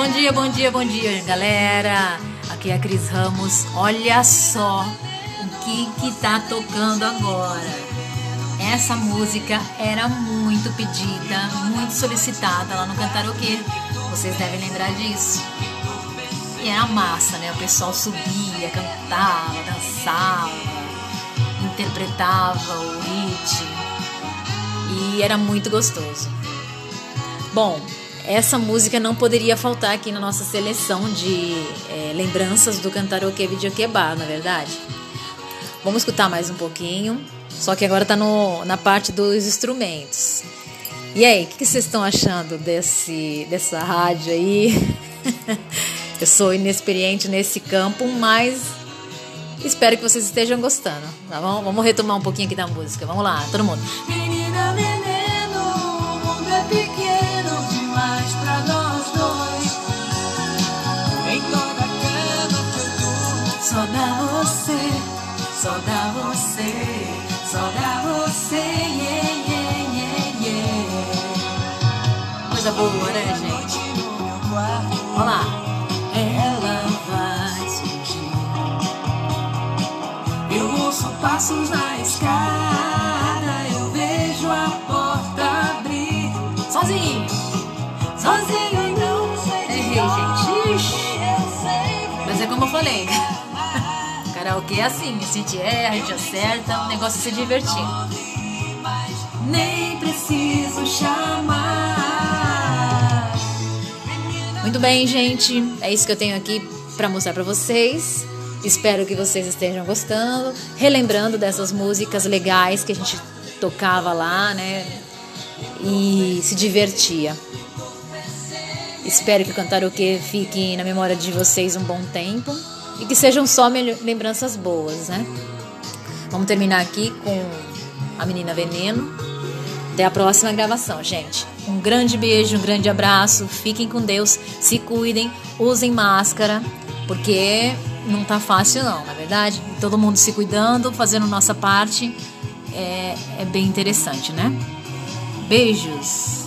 Bom dia, galera. Aqui é a Cris Ramos. Olha só o que tá tocando agora. Essa música era muito pedida, muito solicitada lá no karaokê. Vocês devem lembrar disso. E era massa, né? O pessoal subia, cantava, dançava, interpretava o hit. E era muito gostoso. Bom, essa música não poderia faltar aqui na nossa seleção de lembranças do karaokê videokê bar, na verdade. Vamos escutar mais um pouquinho, só que agora tá na parte dos instrumentos. E aí, o que vocês estão achando dessa rádio aí? Eu sou inexperiente nesse campo, mas espero que vocês estejam gostando, tá bom? Vamos retomar um pouquinho aqui da música. Vamos lá, todo mundo. Menina veneno, o mundo é pequeno demais pra nós dois. Em toda cama que eu durmo, só dá você, só dá você, só dá você, yeah, yeah, yeah, yeah. Coisa boa, né, gente? Vamos lá. Ela vai surgir. Eu ouço passos na escada, eu vejo a porta abrir. Sozinho Sozinho não sei. Errei, gente. Ixi. Eu sei. Mas é como eu falei. Karaokê é assim, a gente erra, a gente acerta, o negócio é se divertir. Nem preciso chamar. Muito bem, gente, é isso que eu tenho aqui pra mostrar pra vocês. Espero que vocês estejam gostando, relembrando dessas músicas legais que a gente tocava lá, né? E se divertia. Espero que o karaokê fique na memória de vocês um bom tempo e que sejam só lembranças boas, né? Vamos terminar aqui com a Menina Veneno. Até a próxima gravação, gente. Um grande beijo, um grande abraço. Fiquem com Deus, se cuidem, usem máscara, porque não tá fácil não, na verdade. Todo mundo se cuidando, fazendo nossa parte, é bem interessante, né? Beijos!